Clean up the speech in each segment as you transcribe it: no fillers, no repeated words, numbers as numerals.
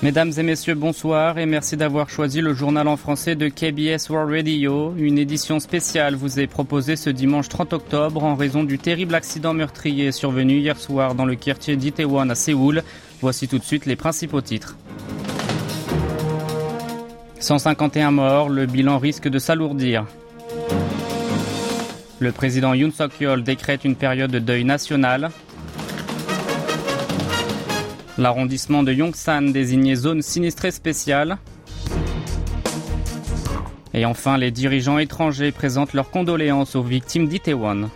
Mesdames et messieurs, bonsoir et merci d'avoir choisi le journal en français de KBS World Radio. Une édition spéciale vous est proposée ce dimanche 30 octobre en raison du terrible accident meurtrier survenu hier soir dans le quartier d'Itaewon à Séoul. Voici tout de suite les principaux titres. 151 morts, le bilan risque de s'alourdir. Le président Yoon Suk-yeol décrète une période de deuil national. L'arrondissement de Yongsan désigné zone sinistrée spéciale. Et enfin, les dirigeants étrangers présentent leurs condoléances aux victimes d'Itaewon.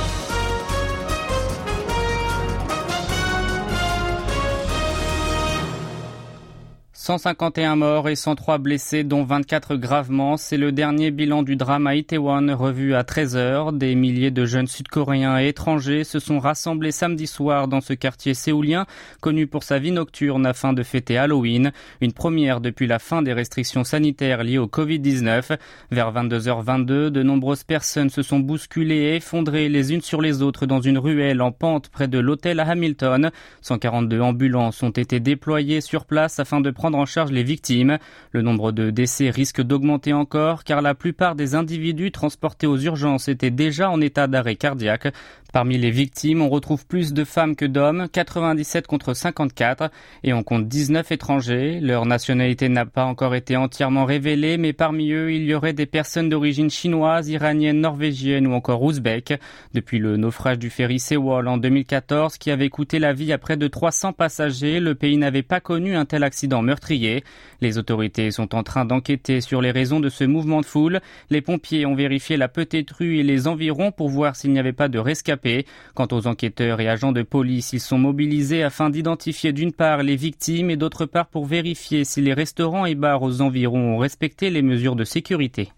« 151 morts et 103 blessés, dont 24 gravement. C'est le dernier bilan du drame à Itaewon, revu à 13h. Des milliers de jeunes sud-coréens et étrangers se sont rassemblés samedi soir dans ce quartier séoulien, connu pour sa vie nocturne afin de fêter Halloween. Une première depuis la fin des restrictions sanitaires liées au Covid-19. Vers 22h22, de nombreuses personnes se sont bousculées et effondrées les unes sur les autres dans une ruelle en pente près de l'hôtel à Hamilton. 142 ambulances ont été déployées sur place afin de prendre en charge les victimes. Le nombre de décès risque d'augmenter encore car la plupart des individus transportés aux urgences étaient déjà en état d'arrêt cardiaque. Parmi les victimes, on retrouve plus de femmes que d'hommes, 97 contre 54, et on compte 19 étrangers. Leur nationalité n'a pas encore été entièrement révélée, mais parmi eux, il y aurait des personnes d'origine chinoise, iranienne, norvégienne ou encore ouzbek. Depuis le naufrage du ferry Sewol en 2014, qui avait coûté la vie à près de 300 passagers, le pays n'avait pas connu un tel accident meurtrier. Les autorités sont en train d'enquêter sur les raisons de ce mouvement de foule. Les pompiers ont vérifié la petite rue et les environs pour voir s'il n'y avait pas de rescapés. Quant aux enquêteurs et agents de police, ils sont mobilisés afin d'identifier d'une part les victimes et d'autre part pour vérifier si les restaurants et bars aux environs ont respecté les mesures de sécurité.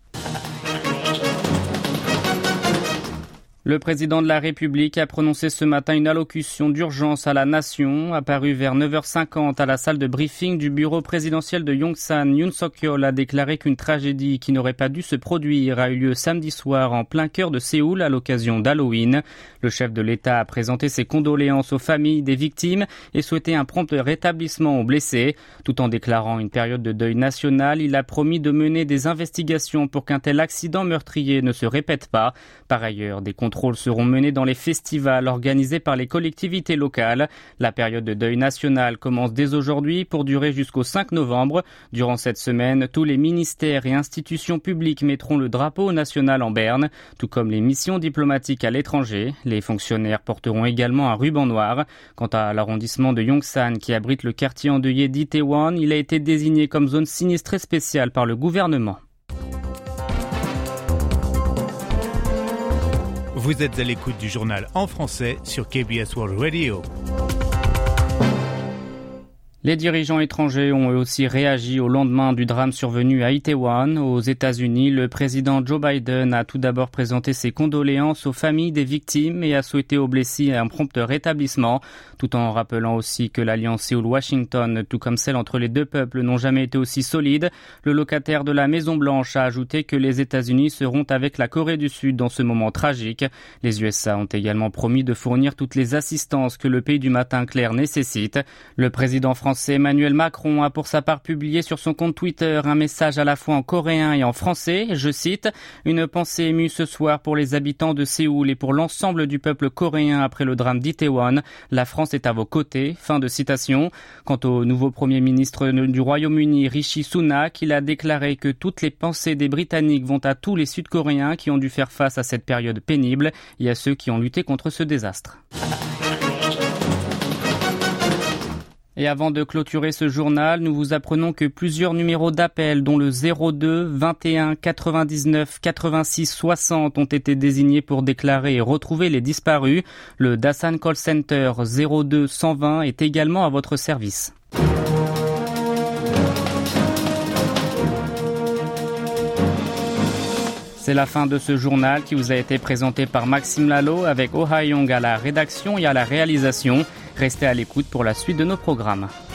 Le président de la République a prononcé ce matin une allocution d'urgence à la nation. Apparu vers 9h50 à la salle de briefing du bureau présidentiel de Yongsan, Yoon Suk-yeol a déclaré qu'une tragédie qui n'aurait pas dû se produire a eu lieu samedi soir en plein cœur de Séoul à l'occasion d'Halloween. Le chef de l'État a présenté ses condoléances aux familles des victimes et souhaité un prompt rétablissement aux blessés. Tout en déclarant une période de deuil national, il a promis de mener des investigations pour qu'un tel accident meurtrier ne se répète pas. Par ailleurs, des contrôles seront menés dans les festivals organisés par les collectivités locales. La période de deuil national commence dès aujourd'hui pour durer jusqu'au 5 novembre. Durant cette semaine, tous les ministères et institutions publiques mettront le drapeau national en berne, tout comme les missions diplomatiques à l'étranger. Les fonctionnaires porteront également un ruban noir. Quant à l'arrondissement de Yongsan qui abrite le quartier endeuillé d'Itaewon, il a été désigné comme zone sinistrée spéciale par le gouvernement. Vous êtes à l'écoute du journal en français sur KBS World Radio. Les dirigeants étrangers ont eux aussi réagi au lendemain du drame survenu à Itaewon. Aux États-Unis, le président Joe Biden a tout d'abord présenté ses condoléances aux familles des victimes et a souhaité aux blessés un prompt rétablissement, tout en rappelant aussi que l'alliance Séoul-Washington, tout comme celle entre les deux peuples, n'ont jamais été aussi solides. Le locataire de la Maison-Blanche a ajouté que les États-Unis seront avec la Corée du Sud dans ce moment tragique. Les USA ont également promis de fournir toutes les assistances que le pays du matin clair nécessite. Le président français Emmanuel Macron a pour sa part publié sur son compte Twitter un message à la fois en coréen et en français. Je cite « Une pensée émue ce soir pour les habitants de Séoul et pour l'ensemble du peuple coréen après le drame d'Itaewon. La France est à vos côtés. » Fin de citation. Quant au nouveau Premier ministre du Royaume-Uni, Rishi Sunak, il a déclaré que toutes les pensées des Britanniques vont à tous les Sud-Coréens qui ont dû faire face à cette période pénible et à ceux qui ont lutté contre ce désastre. Et avant de clôturer ce journal, nous vous apprenons que plusieurs numéros d'appel, dont le 02 21 99 86 60, ont été désignés pour déclarer et retrouver les disparus. Le Dasan Call Center 02 120 est également à votre service. C'est la fin de ce journal qui vous a été présenté par Maxime Lalo avec Oh Ha-young à la rédaction et à la réalisation. Restez à l'écoute pour la suite de nos programmes.